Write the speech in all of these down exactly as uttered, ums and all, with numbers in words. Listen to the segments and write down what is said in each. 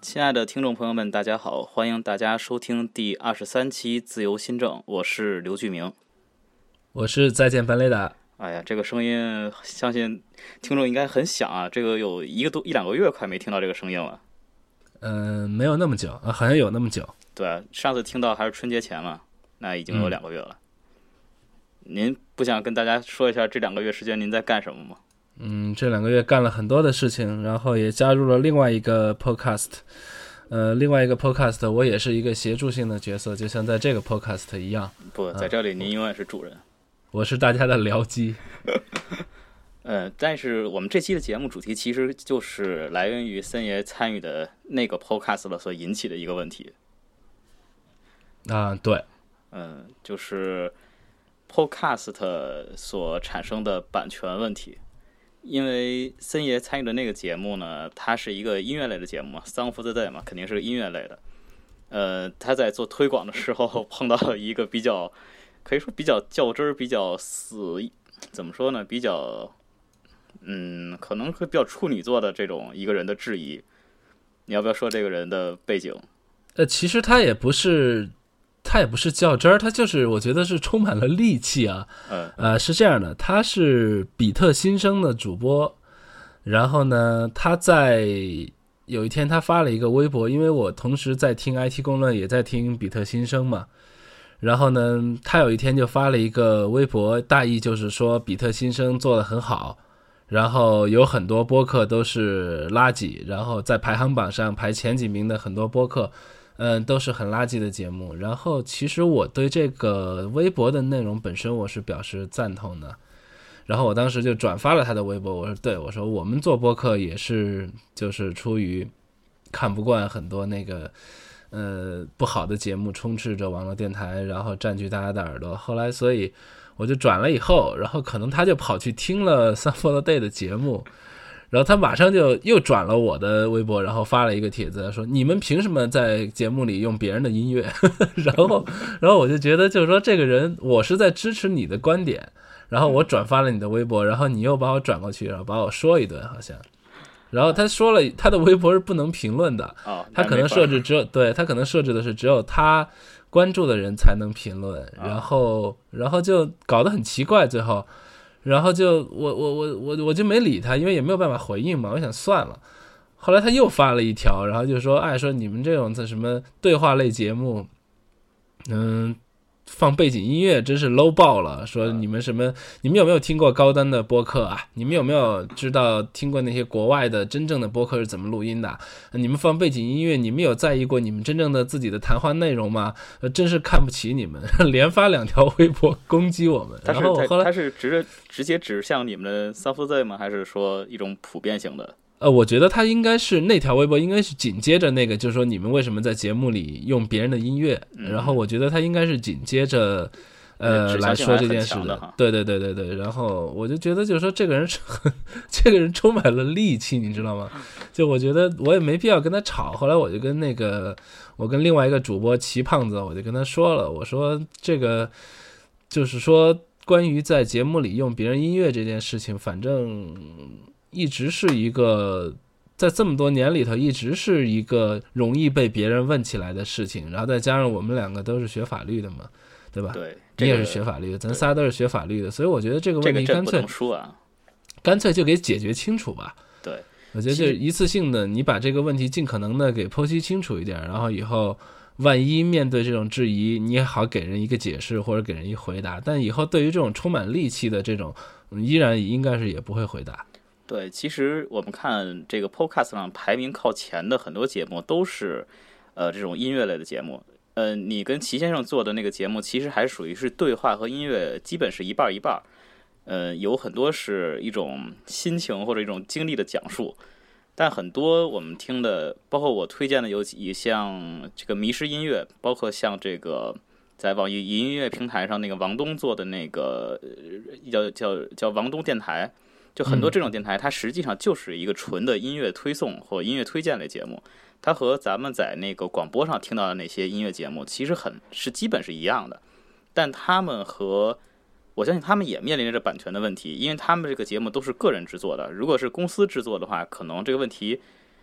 亲爱的听众朋友们，大家好，欢迎大家收听第二十三期自由新政，我是刘巨明， 我是再见本雷达。 哎呀，这个声音相信听众应该很响啊，这个有一个多一两个月快没听到这个声音了。 嗯、呃，没有那么久啊，好像有那么久。 对，上次听到还是春节前嘛，那已经有两个月了。嗯、您不想跟大家说一下这两个月时间您在干什么吗？ 嗯，这两个月干了很多的事情，然后也加入了另外一个 podcast， 呃，另外一个 podcast 我也是一个协助性的角色，就像在这个 podcast 一样。 不，在这里您永远是主人。嗯、 我是大家的僚机。 呃，但是我们这期的节目主题其实就是来源于森爷参与的那个 podcast 所引起的一个问题。 啊，对。 嗯、呃，就是 podcast 所产生的版权问题。因为森爷参与的那个节目呢，它是一个音乐类的节目嘛 ，Song for the Day 嘛，肯定是个音乐类的。呃，他在做推广的时候碰到了一个比较，可以说比较较真儿、比较死，怎么说呢？比较，嗯，可能会比较处女座的这种一个人的质疑。你要不要说这个人的背景？ 呃，其实他也不是。他也不是较真儿，他就是我觉得是充满了戾气啊。 嗯， 呃，是这样的，他是比特新生的主播，然后呢，他在有一天他发了一个微博，因为我同时在听 I T 公论，也在听比特新生嘛。然后呢，他有一天就发了一个微博，大意就是说比特新生做得很好，然后有很多播客都是垃圾，然后在排行榜上排前几名的很多播客。嗯，都是很垃圾的节目。然后其实我对这个微博的内容本身我是表示赞同的。然后我当时就转发了他的微博，我说对，我说我们做播客也是就是出于看不惯很多那个呃不好的节目充斥着网络电台，然后占据大家的耳朵。后来所以我就转了以后，然后可能他就跑去听了 Song for the Day 的节目。然后他马上就又转了我的微博，然后发了一个帖子说你们凭什么在节目里用别人的音乐然后然后我就觉得就是说这个人我是在支持你的观点，然后我转发了你的微博，然后你又把我转过去，然后把我说一顿好像。然后他说了他的微博是不能评论的，他可能设置只有对他可能设置的是只有他关注的人才能评论，然后然后就搞得很奇怪，最后然后就我我我我我就没理他，因为也没有办法回应嘛，我想算了。后来他又发了一条，然后就说，哎，说你们这种在什么对话类节目，嗯，放背景音乐真是 low 爆了。说你们什么，你们有没有听过高端的播客啊？你们有没有知道听过那些国外的真正的播客是怎么录音的？你们放背景音乐，你们有在意过你们真正的自己的谈话内容吗？呃，真是看不起你们，连发两条微博攻击我们。然后后来他是直直接指向你们的 Song for the Day 吗？还是说一种普遍性的？ 呃，我觉得他应该是那条微博应该是紧接着那个，就是说你们为什么在节目里用别人的音乐？ 嗯、 然后我觉得他应该是紧接着。呃，来说这件事的，对对对对对，然后我就觉得就是说这个人是很，这个人充满了戾气，你知道吗？就我觉得我也没必要跟他吵。后来我就跟那个，我跟另外一个主播齐胖子，我就跟他说了，我说这个就是说关于在节目里用别人音乐这件事情，反正一直是一个在这么多年里头一直是一个容易被别人问起来的事情，然后再加上我们两个都是学法律的嘛。对吧？ 对， 你也是学法律的，咱仨都是学法律的，所以我觉得这个问题干脆、 这个啊、 干脆就给解决清楚吧。 对， 我觉得就一次性的，你把这个问题尽可能的给剖析清楚一点，然后以后万一面对这种质疑，你也好给人一个解释或者给人一个回答。但以后对于这种充满戾气的这种，依然应该是也不会回答。 对，其实我们看这个 Podcast 上排名靠前的很多节目都是呃这种音乐类的节目。呃，你跟齐先生做的那个节目，其实还属于是对话和音乐，基本是一半一半。呃，有很多是一种心情或者一种经历的讲述，但很多我们听的，包括我推荐的有几像这个迷失音乐，包括像这个在网易音乐平台上那个王东做的那个叫叫叫王东电台，就很多这种电台，它实际上就是一个纯的音乐推送或音乐推荐类节目。它和咱们在那个广播上听到的那些音乐节目其实很是基本是一样的，但他们和我相信他们也面临着版权的问题，因为他们这个节目都是个人制作的，如果是公司制作的话，可能这个问题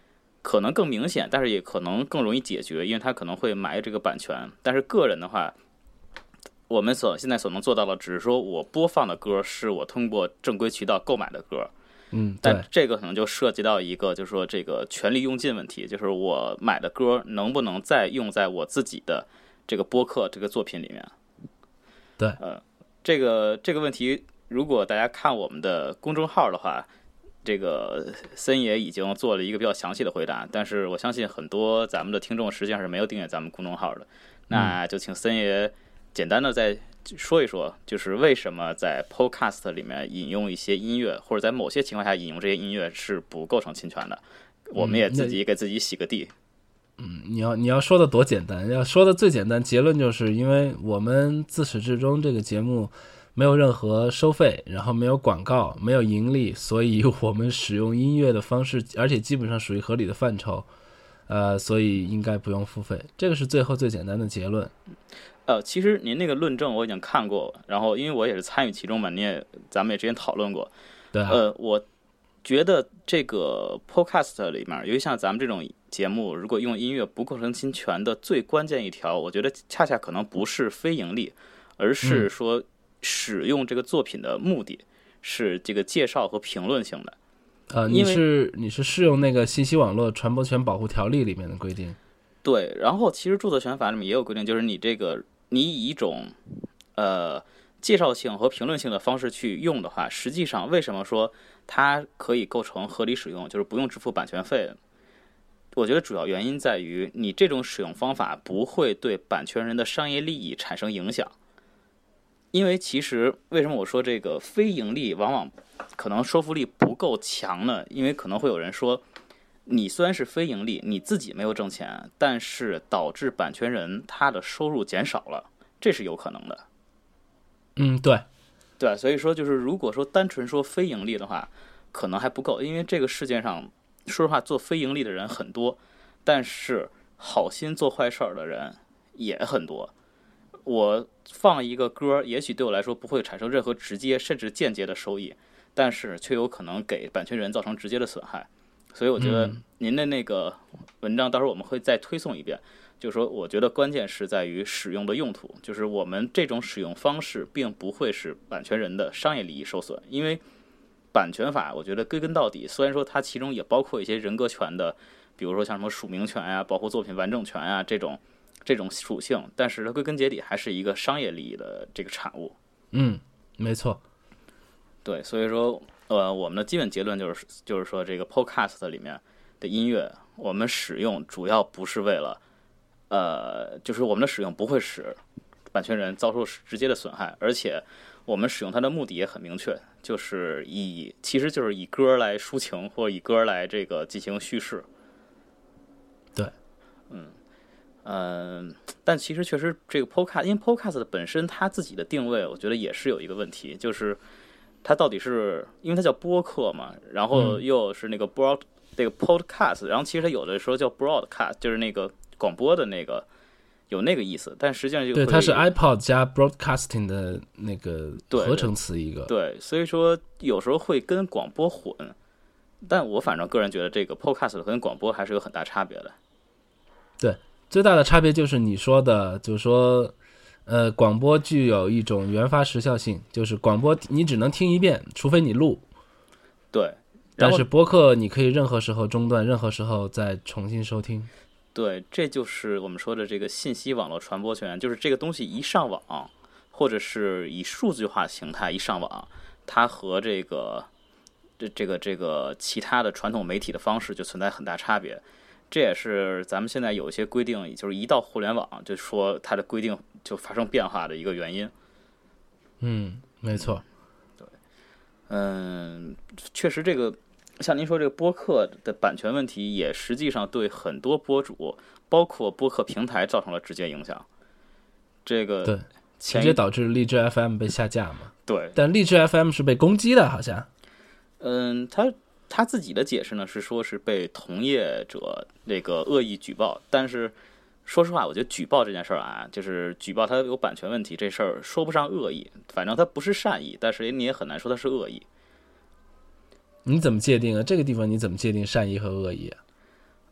可能更明显，但是也可能更容易解决，因为他可能会买这个版权。但是个人的话，我们所现在所能做到的，只是说我播放的歌是我通过正规渠道购买的歌。 嗯， 但这个可能就涉及到一个，就是说这个权利用尽问题，就是我买的歌能不能再用在我自己的这个播客这个作品里面。 对， 呃，这个这个问题，如果大家看我们的公众号的话，这个森爷已经做了一个比较详细的回答，但是我相信很多咱们的听众实际上是没有订阅咱们公众号的，那就请森爷简单的再说一说，就是为什么在 Podcast 里面引用一些音乐，或者在某些情况下引用这些音乐是不构成侵权的。我们也自己给自己洗个地。 嗯，你要你要说的多简单，要说的最简单，结论就是因为我们自始至终这个节目没有任何收费，然后没有广告，没有盈利，所以我们使用音乐的方式，而且基本上属于合理的范畴，呃，所以应该不用付费，这个是最后最简单的结论。 呃，其实您那个论证我已经看过，然后因为我也是参与其中嘛，你也咱们也之前讨论过。 对啊。 呃，我觉得这个 Podcast 里面，尤其像咱们这种节目，如果用音乐不构成侵权的最关键一条，我觉得恰恰可能不是非盈利，而是说使用这个作品的目的是这个介绍和评论性的。 呃，你是你是适用那个信息网络传播权保护条例里面的规定。 对，然后其实著作权法里面也有规定，就是你这个你以一种呃介绍性和评论性的方式去用的话，实际上为什么说它可以构成合理使用，就是不用支付版权费？我觉得主要原因在于你这种使用方法不会对版权人的商业利益产生影响。因为其实为什么我说这个非盈利往往可能说服力不够强呢？因为可能会有人说，你虽然是非盈利，你自己没有挣钱，但是导致版权人他的收入减少了，这是有可能的。 嗯，对， 对，所以说就是如果说单纯说非盈利的话，可能还不够，因为这个世界上说实话做非盈利的人很多，但是好心做坏事的人也很多。我放一个歌，也许对我来说不会产生任何直接甚至间接的收益，但是却有可能给版权人造成直接的损害。所以我觉得您的那个文章到时候我们会再推送一遍，就是说我觉得关键是在于使用的用途，就是我们这种使用方式并不会使版权人的商业利益受损。因为版权法我觉得归根到底，虽然说它其中也包括一些人格权的，比如说像什么署名权啊、保护作品完整权啊这种这种属性，但是它归根结底还是一个商业利益的这个产物。 嗯，没错。 对，所以说呃，我们的基本结论就是就是说这个 Podcast 里面的音乐我们使用主要不是为了呃，就是我们的使用不会使版权人遭受直接的损害，而且我们使用它的目的也很明确，就是以其实就是以歌来抒情，或以歌来这个进行叙事。 对， 嗯嗯、呃，但其实确实这个 Podcast， 因为 Podcast 本身它自己的定位，我觉得也是有一个问题，就是它到底是因为它叫播客嘛，然后又是那个 broad、嗯、这个 podcast， 然后其实它有的时候叫 broadcast， 就是那个广播的那个有那个意思，但实际上就对，它是 iPod 加 broadcasting 的那个合成词一个。 对，对，所以说有时候会跟广播混，但我反正个人觉得这个 podcast 跟广播还是有很大差别的。 对，最大的差别就是你说的，就是说呃，广播具有一种原发时效性，就是广播你只能听一遍，除非你录。 对， 但是播客你可以任何时候中断，任何时候再重新收听。 对，这就是我们说的这个信息网络传播权，就是这个东西一上网，或者是以数据化形态一上网，它和这个这这个这个其他的传统媒体的方式就存在很大差别。这也是咱们现在有一些规定，也就是一到互联网，就说它的规定就发生变化的一个原因。 嗯，没错。 对，嗯，确实这个像您说这个播客的版权问题，也实际上对很多播主，包括播客平台造成了直接影响。这个对，直接导致荔枝 F M 被下架嘛？ 对， 但荔枝 F M 是被攻击的，好像。 嗯，他。他自己的解释呢是说是被同业者那个恶意举报，但是说实话，我觉得举报这件事儿啊，就是举报他有版权问题这事儿说不上恶意，反正他不是善意，但是你也很难说他是恶意。 你怎么界定啊？这个地方你怎么界定善意和恶意啊？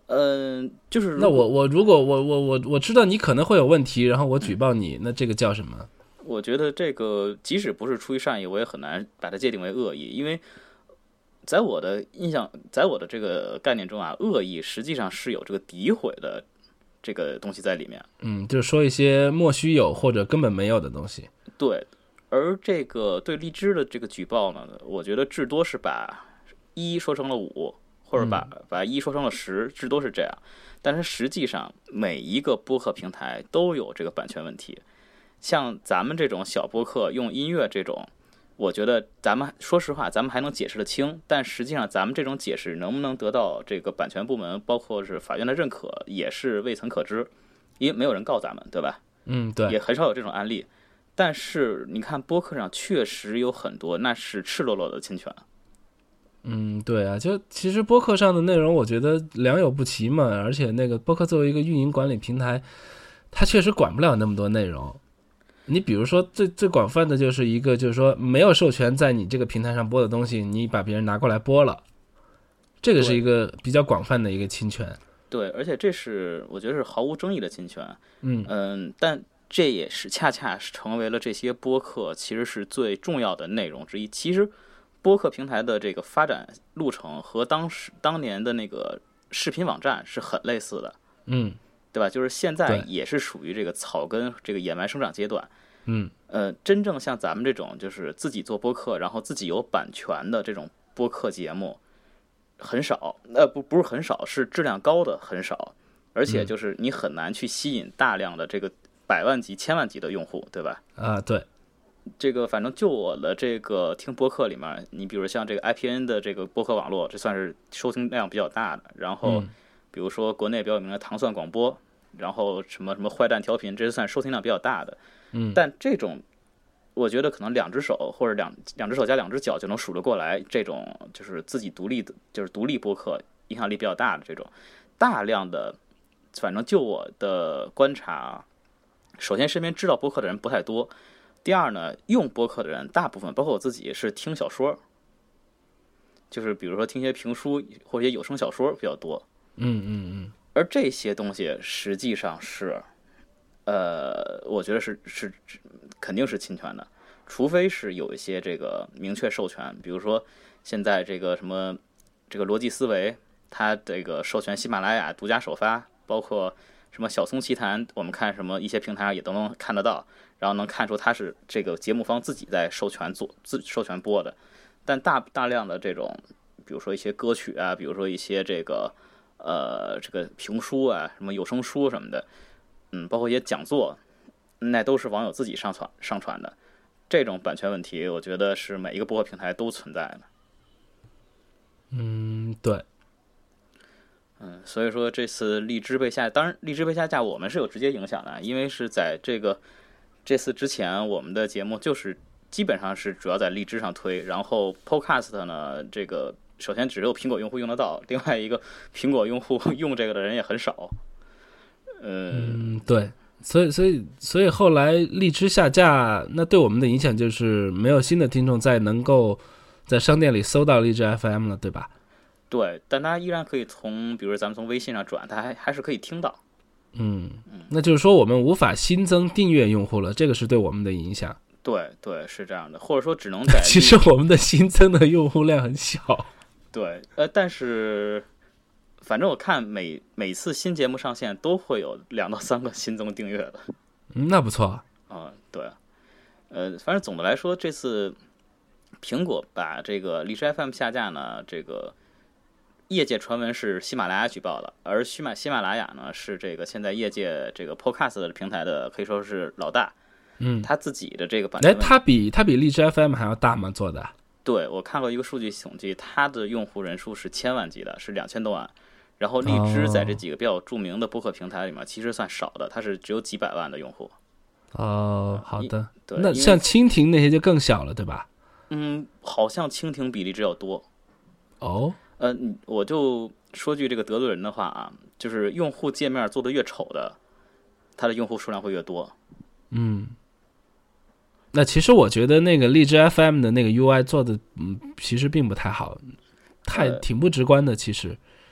嗯、呃，就是那我我如果我我我我知道你可能会有问题，然后我举报你，嗯、那这个叫什么？ 我觉得这个即使不是出于善意，我也很难把它界定为恶意，因为在我的印象，在我的这个概念中啊，恶意实际上是有这个诋毁的这个东西在里面。 嗯，就是说一些莫须有或者根本没有的东西。 对，而这个对荔枝的这个举报呢，我觉得至多是把一说成了五，或者把、嗯、把一说成了十，至多是这样。但是实际上，每一个播客平台都有这个版权问题。像咱们这种小播客用音乐这种，我觉得咱们说实话，咱们还能解释得清，但实际上咱们这种解释能不能得到这个版权部门，包括是法院的认可，也是未曾可知，因为没有人告咱们，对吧？ 嗯，对， 也很少有这种案例。但是你看播客上确实有很多，那是赤裸裸的侵权。 嗯，对啊，就其实播客上的内容，我觉得良莠不齐嘛，而且那个播客作为一个运营管理平台，它确实管不了那么多内容。你比如说最最广泛的就是一个就是说没有授权在你这个平台上播的东西，你把别人拿过来播了，这个是一个比较广泛的一个侵权。 对，而且这是我觉得是毫无争议的侵权。 嗯嗯，但这也是恰恰是成为了这些播客其实是最重要的内容之一。其实播客平台的这个发展路程和当时当年的那个视频网站是很类似的。 嗯。 对吧？就是现在也是属于这个草根、这个野蛮生长阶段。 嗯， 呃，真正像咱们这种就是自己做播客，然后自己有版权的这种播客节目很少。呃，不，不是很少，是质量高的很少。而且就是你很难去吸引大量的这个百万级、千万级的用户，对吧？ 啊，对。 这个反正就我的这个听播客里面，你比如像这个 I P N 的这个播客网络，这算是收听量比较大的。然后。嗯比如说国内比较有名的糖蒜广播，然后什么什么坏蛋调频，这是算收听量比较大的。 嗯， 但这种我觉得可能两只手或者两两只手加两只脚就能数得过来，这种就是自己独立的，就是独立播客影响力比较大的这种大量的，反正就我的观察，首先身边知道播客的人不太多，第二呢，用播客的人大部分包括我自己是听小说，就是比如说听一些评书或者一些有声小说比较多。 嗯嗯嗯， 而这些东西实际上是，呃，我觉得是是肯定是侵权的，除非是有一些这个明确授权，比如说现在这个什么这个逻辑思维，它这个授权喜马拉雅独家首发，包括什么小松奇谈，我们看什么一些平台上也都能看得到，然后能看出它是这个节目方自己在授权做自授权播的，但大大量的这种，比如说一些歌曲啊，比如说一些这个。呃，这个评书啊，什么有声书什么的，嗯，包括一些讲座，那都是网友自己上传上传的。这种版权问题，我觉得是每一个播客平台都存在的。 嗯，对。 嗯，所以说这次荔枝被下，当然荔枝被下架，我们是有直接影响的，因为是在这个这次之前，我们的节目就是基本上是主要在荔枝上推，然后 Podcast 呢，这个。首先只有苹果用户用得到，另外一个苹果用户用这个的人也很少。 嗯，对，所以所以所以后来荔枝下架，那对我们的影响就是没有新的听众再能够在商店里搜到荔枝 F M 了，对吧？ 对，但他依然可以从，比如咱们从微信上转，他还还是可以听到。 嗯，那就是说我们无法新增订阅用户了，这个是对我们的影响。 对对，是这样的，或者说只能在其实我们的新增的用户量很小。 对，呃，但是反正我看每每次新节目上线都会有两到三个新增订阅的， 嗯，那不错啊。 嗯，对，呃，反正总的来说，这次苹果把这个荔枝 F M 下架呢，这个业界传闻是喜马拉雅举报的，而喜马喜马拉雅呢是这个现在业界这个 Podcast 的平台的可以说是老大， 嗯， 他自己的这个版权， 哎，他比他比荔枝 F M 还要大吗？做的？ 对，我看过一个数据统计，它的用户人数是千万级的，是两千多万。然后荔枝在这几个比较著名的播客平台里面，其实算少的，它是只有几百万的用户。 哦，好的。 对， 那像蜻蜓那些就更小了，对吧？ 嗯，好像蜻蜓比荔枝要多。 哦， 呃，我就说句这个得罪人的话啊，就是用户界面做的越丑的，它的用户数量会越多。 嗯。那其实我觉得那个荔枝 F M 的那个 U I 做的，嗯，其实并不太好，太挺不直观的。其实，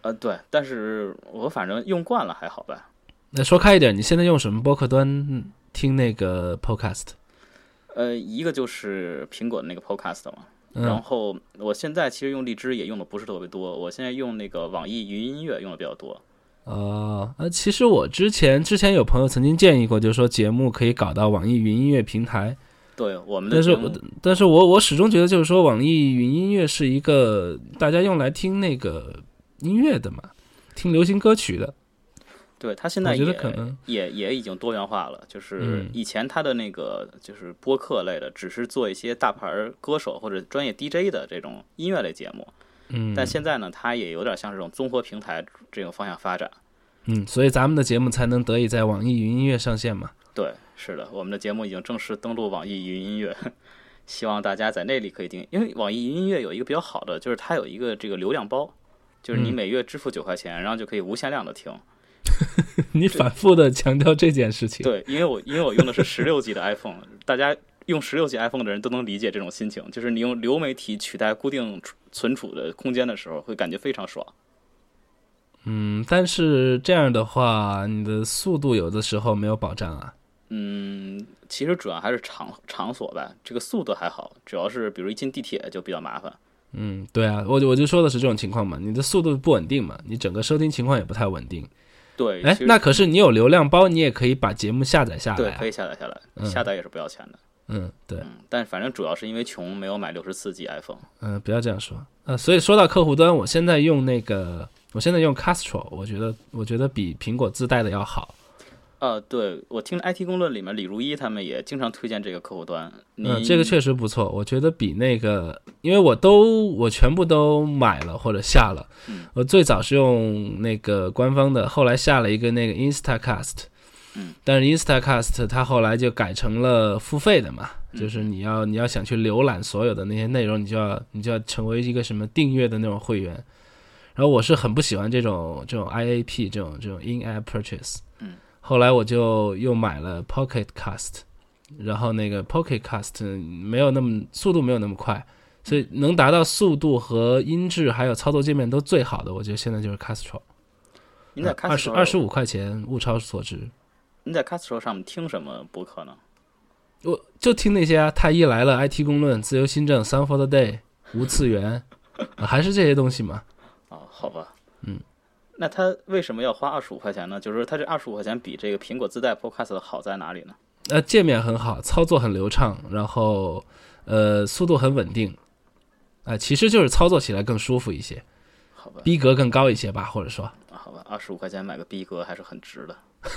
呃，对，但是我反正用惯了还好吧。 那说开一点，你现在用什么播客端听那个 podcast？ 呃，一个就是苹果的那个 podcast 嘛， 嗯、 然后我现在其实用荔枝也用的不是特别多，我现在用那个网易云音乐用的比较多。 哦，呃，其实我之前之前有朋友曾经建议过，就是说节目可以搞到网易云音乐平台。 对，我们的节目， 但是但是我我始终觉得，就是说网易云音乐是一个大家用来听那个音乐的嘛，听流行歌曲的。 对，它现在我觉也得可能也也已经多元化了，就是嗯以前它的那个就是播客类的，只是做一些大牌歌手或者专业 D J 的这种音乐类节目， 嗯， 但现在呢，它也有点像这种综合平台这种方向发展。 嗯，所以咱们的节目才能得以在网易云音乐上线嘛。 对，是的，我们的节目已经正式登录网易云音乐，希望大家在那里可以听，因为网易云音乐有一个比较好的，就是它有一个这个流量包，就是你每月支付九块钱，然后就可以无限量的听。 你反复的强调这件事情。 对，因为我因为我用的是十六 G 的 iPhone， 大家用十六 G iPhone 的人都能理解这种心情，就是你用流媒体取代固定存储的空间的时候，会感觉非常爽。 嗯，但是这样的话，你的速度有的时候没有保障啊。 嗯，其实主要还是场场所吧，这个速度还好，主要是比如一进地铁就比较麻烦。 嗯，对啊，我我就说的是这种情况嘛，你的速度不稳定嘛，你整个收听情况也不太稳定。 对， 哎，那可是你有流量包，你也可以把节目下载下来、啊。 对，可以下载下来， 嗯、 下载也是不要钱的。 嗯，对。 嗯，但反正主要是因为穷，没有买六十四 G iPhone。 嗯，不要这样说。呃，所以说到客户端，我现在用那个，我现在用 Castro， 我觉得我觉得比苹果自带的要好。 呃，对，我听 I T 公论里面李如一他们也经常推荐这个客户端。 嗯，这个确实不错，我觉得比那个，因为我都我全部都买了或者下了。 嗯， 我最早是用那个官方的，后来下了一个那个 Instacast。 嗯， 但是 Instacast 它后来就改成了付费的嘛， 嗯、 就是你要你要想去浏览所有的那些内容，你就要你就要成为一个什么订阅的那种会员。然后我是很不喜欢这种这种 I A P 这种这种 in-app purchase。 嗯。 后来我就又买了 Pocket Cast， 然后那个 Pocket Cast 没有那么速度没有那么快，所以能达到速度和音质还有操作界面都最好的，我觉得现在就是 Castro。 您在 Castro 二十二十五块钱，物超所值。 您在 Castro 上面听什么播客呢？ 我就听那些啊，太医来了、I T 公论、自由新政、Sound for the Day、无次元，啊、还是这些东西嘛。 哦，好吧， 嗯。 那他为什么要花二十五块钱呢？就是他这二十五块钱比这个苹果自带 Podcast 好在哪里呢？ 呃，界面很好，操作很流畅，然后呃速度很稳定，啊、呃，其实就是操作起来更舒服一些， 好吧， 逼格更高一些吧，或者说， 好吧，二十五块钱买个逼格还是很值的。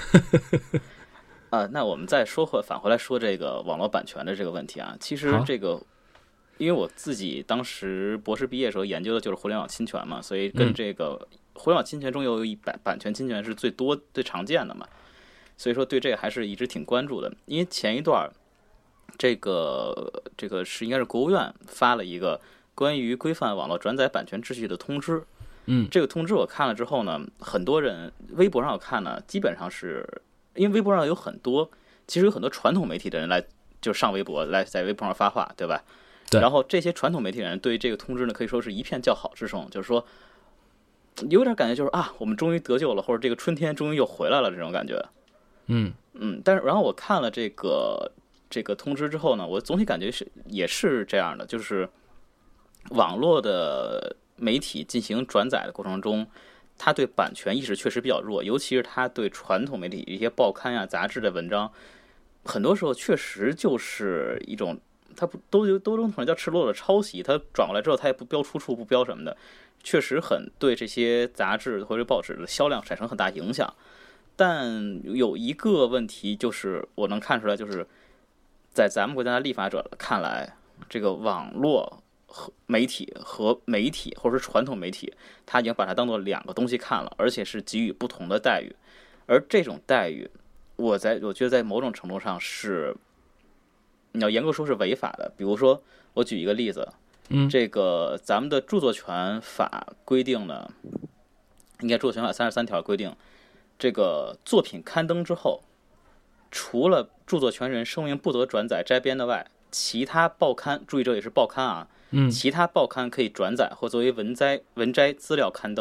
啊，那我们再说回返回来说这个网络版权的这个问题啊，其实这个。因为我自己当时博士毕业的时候研究的就是互联网侵权嘛，所以跟这个互联网侵权中有一版版权侵权是最多最常见的嘛，所以说对这个还是一直挺关注的。因为前一段这个这个是应该是国务院发了一个关于规范网络转载版权秩序的通知， 嗯， 这个通知我看了之后呢，很多人微博上我看呢，基本上是因为微博上有很多其实有很多传统媒体的人来就上微博来在微博上发话，对吧？然后这些传统媒体人对这个通知呢，可以说是一片叫好之声，就是说有点感觉就是啊，我们终于得救了，或者这个春天终于又回来了这种感觉。 嗯嗯，但是然后我看了这个这个通知之后呢，我总体感觉是也是这样的，就是网络的媒体进行转载的过程中，他对版权意识确实比较弱，尤其是他对传统媒体一些报刊呀、杂志的文章，很多时候确实就是一种。他不都都都可能叫赤裸裸的抄袭，他转过来之后他也不标出处不标什么的，确实很对这些杂志或者报纸的销量产生很大影响。但有一个问题就是我能看出来，就是在咱们国家的立法者看来，这个网络和媒体和媒体或者是传统媒体，他已经把它当做两个东西看了，而且是给予不同的待遇。而这种待遇，我在我觉得在某种程度上是。你要严格说是违法的，比如说，我举一个例子， 嗯， 这个咱们的著作权法规定呢，应该著作权法三十三条规定，这个作品刊登之后，除了著作权人声明不得转载摘编的外，其他报刊，注意这也是报刊啊， 嗯， 其他报刊可以转载或作为文摘文摘资料刊登，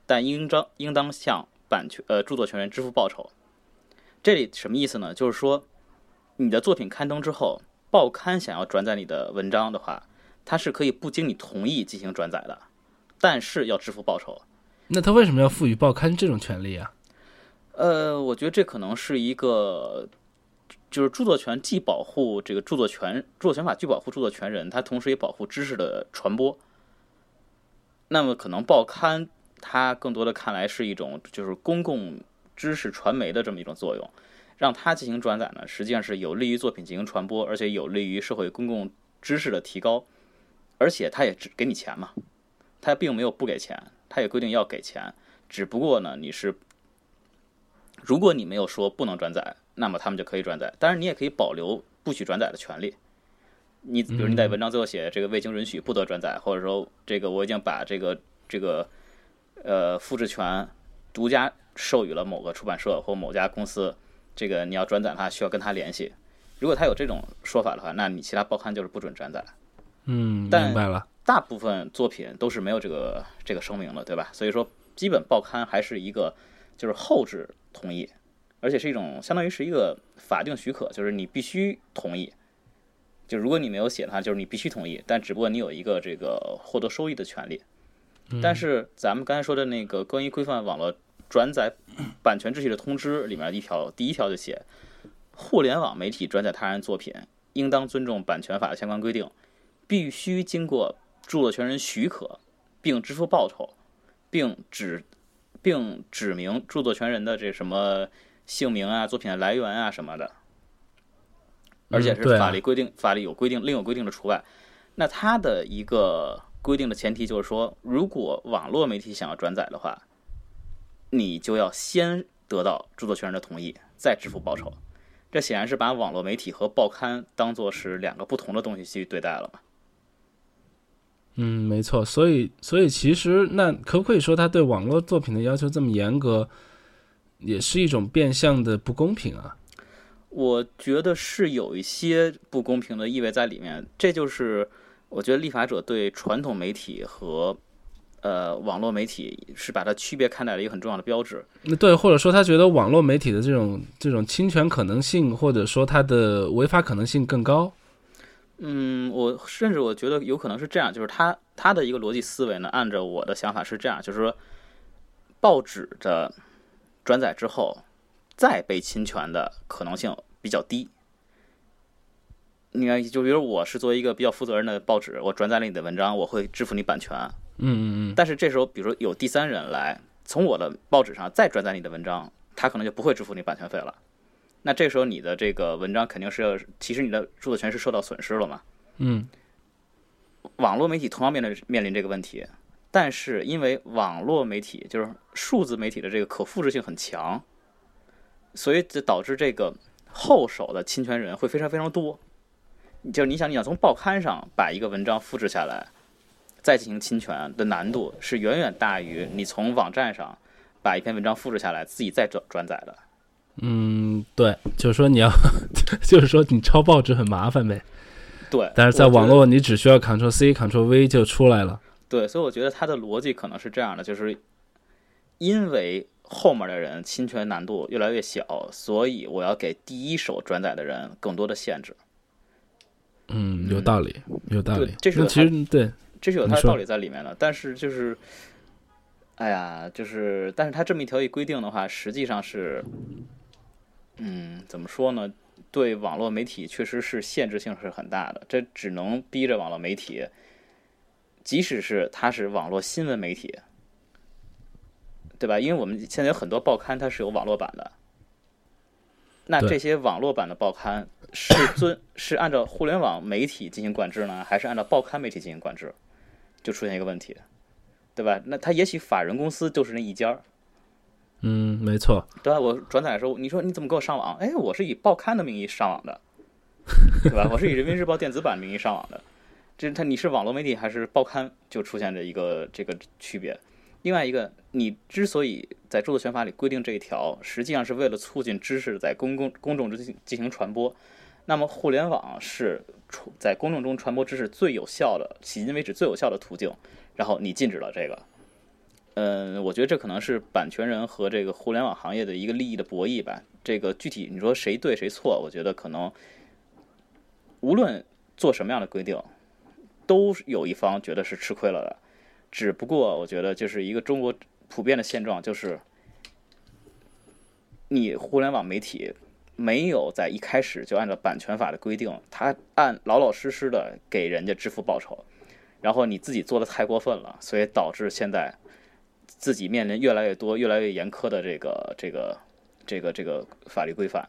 但应当应当向版权呃著作权人支付报酬。这里什么意思呢？就是说，你的作品刊登之后，报刊想要转载你的文章的话，它是可以不经你同意进行转载的，但是要支付报酬。 那他为什么要赋予报刊这种权利啊？ 呃，我觉得这可能是一个，就是著作权既保护这个著作权，著作权法既保护著作权人，它同时也保护知识的传播。那么可能报刊它更多的看来是一种就是公共知识传媒的这么一种作用，让它进行转载呢，实际上是有利于作品进行传播，而且有利于社会公共知识的提高，而且它也只给你钱嘛，它并没有不给钱，它也规定要给钱，只不过呢，你是如果你没有说不能转载，那么他们就可以转载，当然你也可以保留不许转载的权利。你比如你在文章最后写这个未经允许不得转载，或者说这个我已经把这个这个呃复制权独家授予了某个出版社或某家公司，这个你要转载它需要跟他联系。如果他有这种说法的话，那你其他报刊就是不准转载。 嗯，明白了。 大部分作品都是没有这个这个声明的，对吧？所以说，基本报刊还是一个就是后置同意，而且是一种相当于是一个法定许可，就是你必须同意。就如果你没有写的话，就是你必须同意，但只不过你有一个这个获得收益的权利。但是咱们刚才说的那个关于规范网络转载版权秩序的通知里面一条，第一条就写，互联网媒体转载他人作品，应当尊重版权法的相关规定，必须经过著作权人许可，并支付报酬，并指并指明著作权人的这什么姓名啊、作品的来源啊什么的。而且是法律规定，嗯啊、法律有规定，另有规定的除外。那它的一个规定的前提就是说，如果网络媒体想要转载的话，你就要先得到著作权人的同意，再支付报酬。这显然是把网络媒体和报刊当作是两个不同的东西去对待了嘛。 嗯，没错。所以，所以其实那可不可以说，他对网络作品的要求这么严格，也是一种变相的不公平啊？ 我觉得是有一些不公平的意味在里面，这就是我觉得立法者对传统媒体和呃网络媒体是把它区别看待的一个很重要的标志。 对，或者说他觉得网络媒体的这种这种侵权可能性，或者说它的违法可能性更高。 嗯，我甚至我觉得有可能是这样，就是他他的一个逻辑思维呢，按照我的想法是这样，就是说报纸的转载之后再被侵权的可能性比较低。你看，就比如我是作为一个比较负责任的报纸，我转载了你的文章，我会支付你版权。 嗯嗯嗯。 但是这时候，比如说有第三人来从我的报纸上再转载你的文章，他可能就不会支付你版权费了。那这时候你的这个文章肯定是要，其实你的著作权是受到损失了嘛？ 嗯。 网络媒体同样面临面临这个问题，但是因为网络媒体就是数字媒体的这个可复制性很强。所以导致这个后手的侵权人会非常非常多。就是你想，你想从报刊上把一个文章复制下来，再进行侵权的难度是远远大于你从网站上把一篇文章复制下来自己再转转载的。 嗯，对，就是说你要，就是说你抄报纸很麻烦呗。 对， 但是在网络你只需要 Ctrl C Ctrl V 就出来了。 对，所以我觉得它的逻辑可能是这样的，就是因为后面的人侵权难度越来越小，所以我要给第一手转载的人更多的限制。 嗯，有道理，有道理。 这是有其实对， 这是有它的道理在里面的。但是就是，哎呀，就是，但是它这么一条一规定的话，实际上是，嗯，怎么说呢？对网络媒体确实是限制性是很大的。这只能逼着网络媒体，即使是它是网络新闻媒体。对吧？因为我们现在有很多报刊它是有网络版的，那这些网络版的报刊是遵是按照互联网媒体进行管制呢，还是按照报刊媒体进行管制？就出现一个问题，对吧？那他也许法人公司就是那一家。 嗯，没错。 对吧？我转载的时候，你说你怎么给我上网？哎，我是以报刊的名义上网的，对吧？我是以人民日报电子版名义上网的，这他你是网络媒体还是报刊，就出现着一个这个区别。另外一个，你之所以在著作权法里规定这一条，实际上是为了促进知识在公共公众之进行传播。那么，互联网是在公众中传播知识最有效的，迄今为止最有效的途径。然后你禁止了这个， 嗯，我觉得这可能是版权人和这个互联网行业的一个利益的博弈吧。这个具体你说谁对谁错，我觉得可能无论做什么样的规定，都有一方觉得是吃亏了的。只不过我觉得就是一个中国普遍的现状，就是你互联网媒体没有在一开始就按照版权法的规定，他按老老实实的给人家支付报酬，然后你自己做的太过分了，所以导致现在自己面临越来越多、越来越严苛的这个、这个、这个、这个法律规范。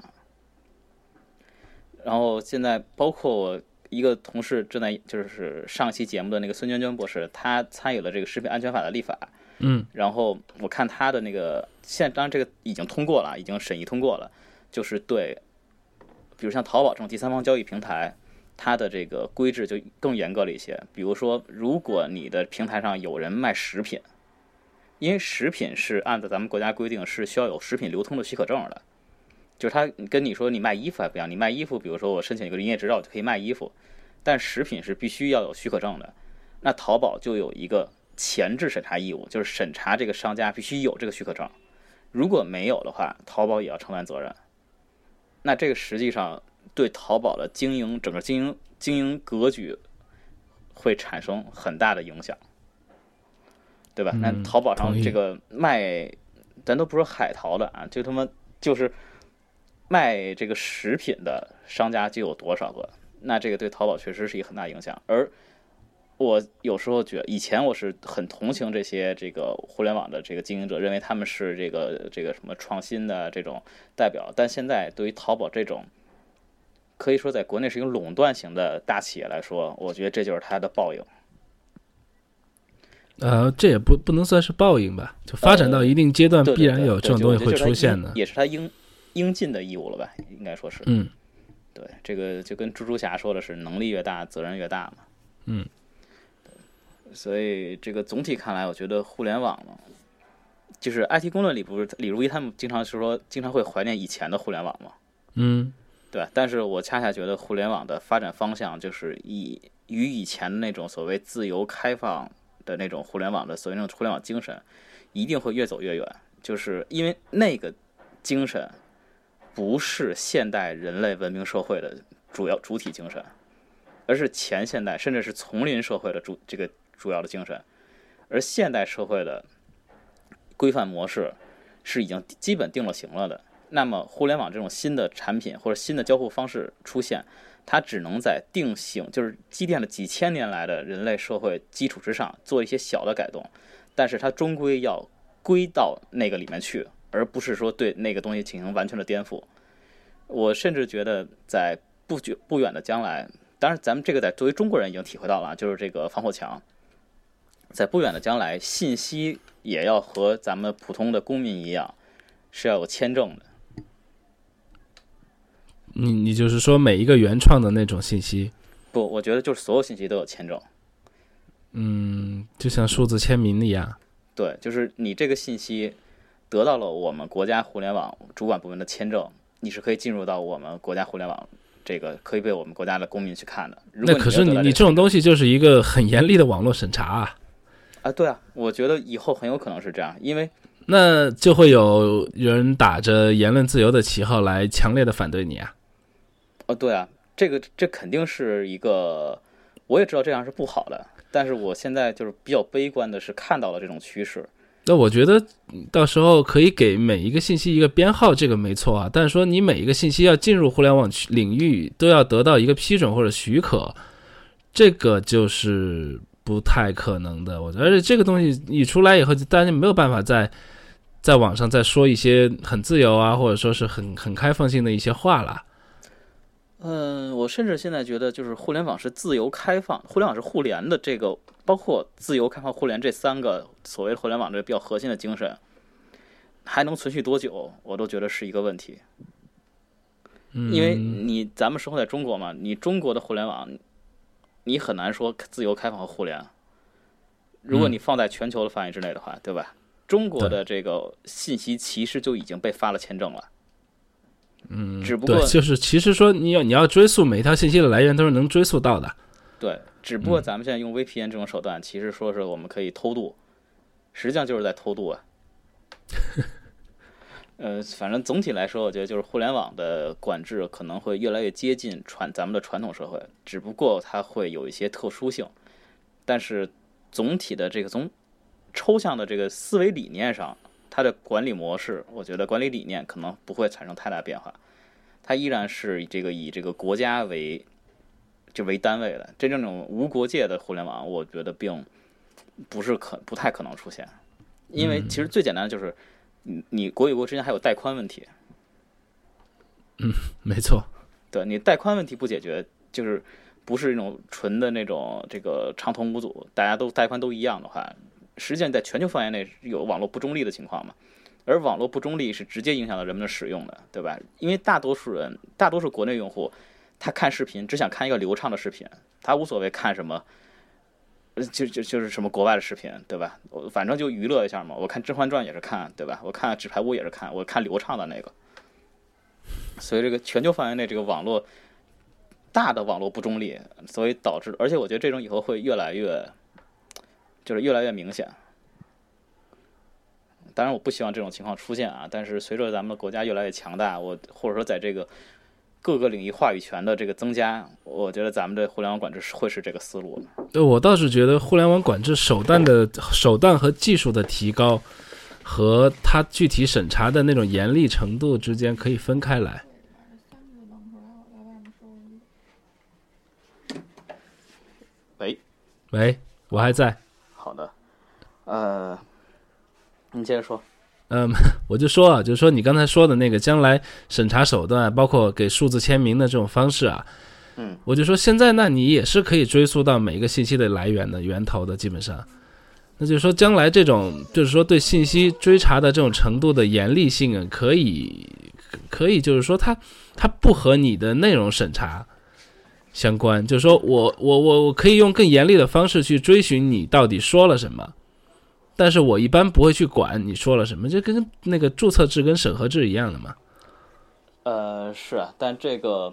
然后现在包括我一个同事正在就是上期节目的那个孙娟娟博士，他参与了这个食品安全法的立法。 嗯， 然后我看他的那个，现在当然这个已经通过了，已经审议通过了，就是对，比如像淘宝这种第三方交易平台，它的这个规制就更严格了一些。比如说，如果你的平台上有人卖食品，因为食品是按照咱们国家规定是需要有食品流通的许可证的，就是他跟你说你卖衣服还不一样，你卖衣服，比如说我申请一个营业执照就可以卖衣服，但食品是必须要有许可证的。那淘宝就有一个前置审查义务，就是审查这个商家必须有这个许可证，如果没有的话，淘宝也要承担责任。那这个实际上对淘宝的经营整个经营经营格局会产生很大的影响，对吧？ 嗯、 那淘宝上这个卖，咱都不是海淘的啊，就他妈就是卖这个食品的商家就有多少个？那这个对淘宝确实是一个很大影响。而我有时候觉得，以前我是很同情这些这个互联网的这个经营者，认为他们是这个这个什么创新的这种代表。但现在对于淘宝这种可以说在国内是一个垄断型的大企业来说，我觉得这就是它的报应。 呃，这也不不能算是报应吧，就发展到一定阶段，必然有这种东西会出现的， 呃、也是它应应尽的义务了吧？应该说是。 嗯， 对，这个就跟蜘蛛侠说的是，能力越大，责任越大嘛。 嗯。 所以这个总体看来，我觉得互联网呢，就是 I T 公论里不是李如一他们经常是说，经常会怀念以前的互联网嘛， 嗯， 对吧？但是我恰恰觉得互联网的发展方向就是以与以前的那种所谓自由开放的那种互联网的所谓那种互联网精神，一定会越走越远，就是因为那个精神不是现代人类文明社会的主要主体精神，而是前现代甚至是丛林社会的主这个。主要的精神，而现代社会的规范模式是已经基本定了型了的。那么，互联网这种新的产品或者新的交互方式出现，它只能在定型，就是积淀了几千年来的人类社会基础之上做一些小的改动，但是它终归要归到那个里面去，而不是说对那个东西进行完全的颠覆。我甚至觉得，在不久不远的将来，当然咱们这个在作为中国人已经体会到了，就是这个防火墙。在不远的将来，信息也要和咱们普通的公民一样，是要有签证的。 你你就是说每一个原创的那种信息？ 不，我觉得就是所有信息都有签证。 嗯，就像数字签名一样。 对，就是你这个信息得到了我们国家互联网主管部门的签证，你是可以进入到我们国家互联网。这个可以被我们国家的公民去看的。 那可是你你这种东西就是一个很严厉的网络审查啊！ 啊，对啊，我觉得以后很有可能是这样，因为那就会有人打着言论自由的旗号来强烈的反对你啊！ 哦，对啊，这个这肯定是一个，我也知道这样是不好的，但是我现在就是比较悲观的是看到了这种趋势。 那我觉得到时候可以给每一个信息一个编号，这个没错啊。但是说你每一个信息要进入互联网领域，都要得到一个批准或者许可，这个就是不太可能的。我觉得，而且这个东西一出来以后，大家没有办法在在网上再说一些很自由啊，或者说是很很开放性的一些话了。 嗯，我甚至现在觉得，就是互联网是自由开放，互联网是互联的这个。包括自由、开放、互联这三个所谓的互联网这比较核心的精神，还能存续多久，我都觉得是一个问题。因为你咱们生活在中国嘛，你中国的互联网，你很难说自由、开放和互联。如果你放在全球的范围之内的话，对吧？中国的这个信息其实就已经被发了签证了。 嗯， 只不过对，就是其实说你要你要追溯每一条信息的来源，都是能追溯到的。 对。只不过咱们现在用 V P N 这种手段，其实说是我们可以偷渡， 实际上就是在偷渡啊。呃，反正总体来说，我觉得就是互联网的管制可能会越来越接近传咱们的传统社会，只不过它会有一些特殊性，但是总体的这个从抽象的这个思维理念上，它的管理模式，我觉得管理理念可能不会产生太大变化，它依然是这个以这个国家为就为单位的。真正这种无国界的互联网，我觉得并不是可不太可能出现，因为其实最简单的就是。你你国与国之间还有带宽问题， 嗯，没错， 对你带宽问题不解决，就是不是那种纯的那种这个畅通无阻，大家都带宽都一样的话，实际上在全球范围内有网络不中立的情况嘛，而网络不中立是直接影响到人们的使用的，对吧？因为大多数人，大多数国内用户，他看视频只想看一个流畅的视频，他无所谓看什么。就就就是什么国外的视频，对吧？我反正就娱乐一下嘛。我看《甄嬛传》也是看，对吧？我看《纸牌屋》也是看，我看流畅的那个。所以这个全球范围内这个网络大的网络不中立，所以导致，而且我觉得这种以后会越来越，就是越来越明显。当然，我不希望这种情况出现啊。但是随着咱们的国家越来越强大，我或者说在这个各个领域话语权的这个增加，我觉得咱们的互联网管制会是这个思路的。 对，我倒是觉得互联网管制手段的手段和技术的提高，和它具体审查的那种严厉程度之间可以分开来。 喂， 喂，我还在。 好的，呃，你接着说。 嗯，我就说啊，就是说你刚才说的那个将来审查手段，包括给数字签名的这种方式啊， 嗯， 我就说现在那你也是可以追溯到每一个信息的来源的源头的，基本上，那就是说将来这种就是说对信息追查的这种程度的严厉性啊，可以可以就是说它它不和你的内容审查相关，就是说我我我我可以用更严厉的方式去追寻你到底说了什么。但是我一般不会去管你说了什么，这跟那个注册制跟审核制一样的嘛。 呃，是啊，但这个，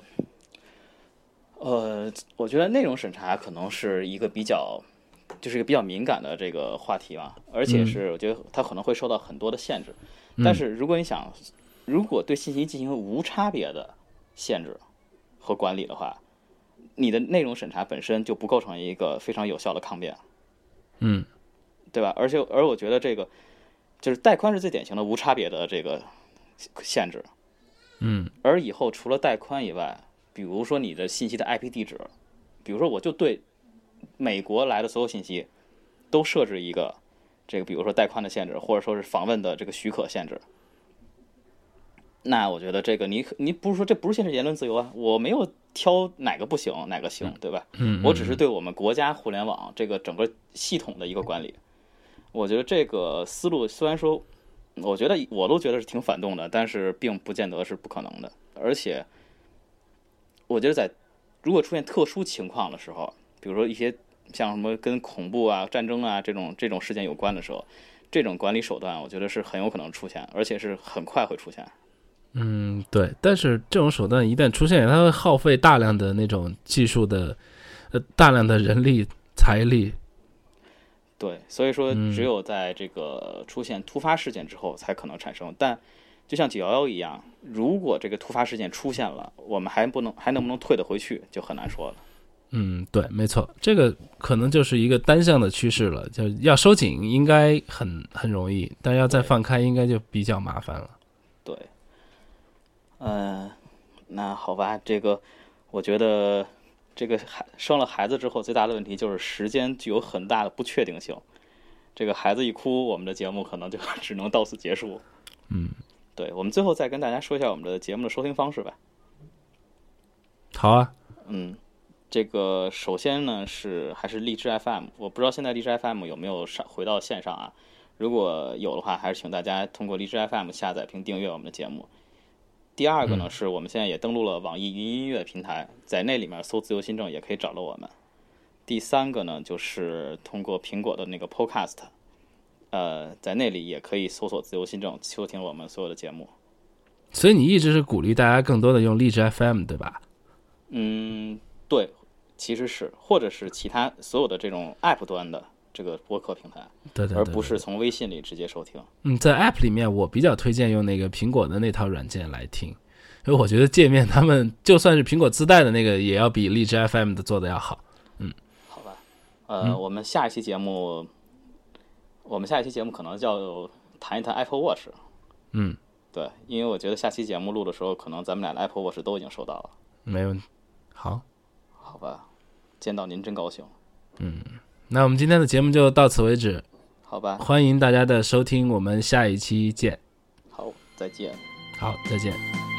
呃，我觉得内容审查可能是一个比较，就是一个比较敏感的这个话题嘛，而且是我觉得它可能会受到很多的限制。 嗯、 但是如果你想，如果对信息进行无差别的限制和管理的话，你的内容审查本身就不构成一个非常有效的抗辩。 嗯。 对吧？而且，而我觉得这个就是带宽是最典型的无差别的这个限制。 嗯。 而以后除了带宽以外，比如说你的信息的 I P 地址，比如说我就对美国来的所有信息都设置一个这个，比如说带宽的限制，或者说是访问的这个许可限制。那我觉得这个你你不是说这不是限制言论自由啊？我没有挑哪个不行哪个行，对吧？ 嗯。 我只是对我们国家互联网这个整个系统的一个管理。我觉得这个思路虽然说，我觉得我都觉得是挺反动的，但是并不见得是不可能的。而且，我觉得在如果出现特殊情况的时候，比如说一些像什么跟恐怖啊、战争啊这种这种事件有关的时候，这种管理手段，我觉得是很有可能出现，而且是很快会出现。 嗯，对。但是这种手段一旦出现，它会耗费大量的那种技术的，呃，大量的人力财力。 对，所以说只有在这个出现突发事件之后才可能产生。嗯、但就像九一一一样，如果这个突发事件出现了，我们还不能还能不能退得回去，就很难说了。 嗯，对，没错，这个可能就是一个单向的趋势了。就要收紧应该很很容易，但要再放开应该就比较麻烦了。 对，嗯、呃，那好吧，这个我觉得。这个孩生了孩子之后，最大的问题就是时间具有很大的不确定性。这个孩子一哭，我们的节目可能就只能到此结束。 嗯， 对，我们最后再跟大家说一下我们的节目的收听方式吧。 好啊。 嗯，这个首先呢是还是荔枝 F M， 我不知道现在荔枝 F M 有没有上回到线上啊？如果有的话，还是请大家通过荔枝 F M 下载并订阅我们的节目。第二个呢，是我们现在也登录了网易云音乐平台，在那里面搜自由新政也可以找到我们。第三个呢，就是通过苹果的那个 Podcast， 呃，在那里也可以搜索自由新政，收听我们所有的节目。 所以你一直是鼓励大家更多的用荔枝 F M， 对吧？ 嗯，对，其实是，或者是其他所有的这种 App 端的这个播客平台， 对对对， 而不是从微信里直接收听。 嗯，在 App 里面，我比较推荐用那个苹果的那套软件来听，因为我觉得界面他们就算是苹果自带的那个，也要比荔枝 F M 的做的要好。嗯， 好吧，呃， 嗯、 我们下一期节目，我们下一期节目可能叫谈一谈 Apple Watch。 嗯， 对，因为我觉得下期节目录的时候，可能咱们俩的 Apple Watch 都已经收到了。 没问题。好， 好吧，见到您真高兴。 嗯，那我们今天的节目就到此为止。 好吧， 欢迎大家的收听，我们下一期见。 好，再见。 好，再见。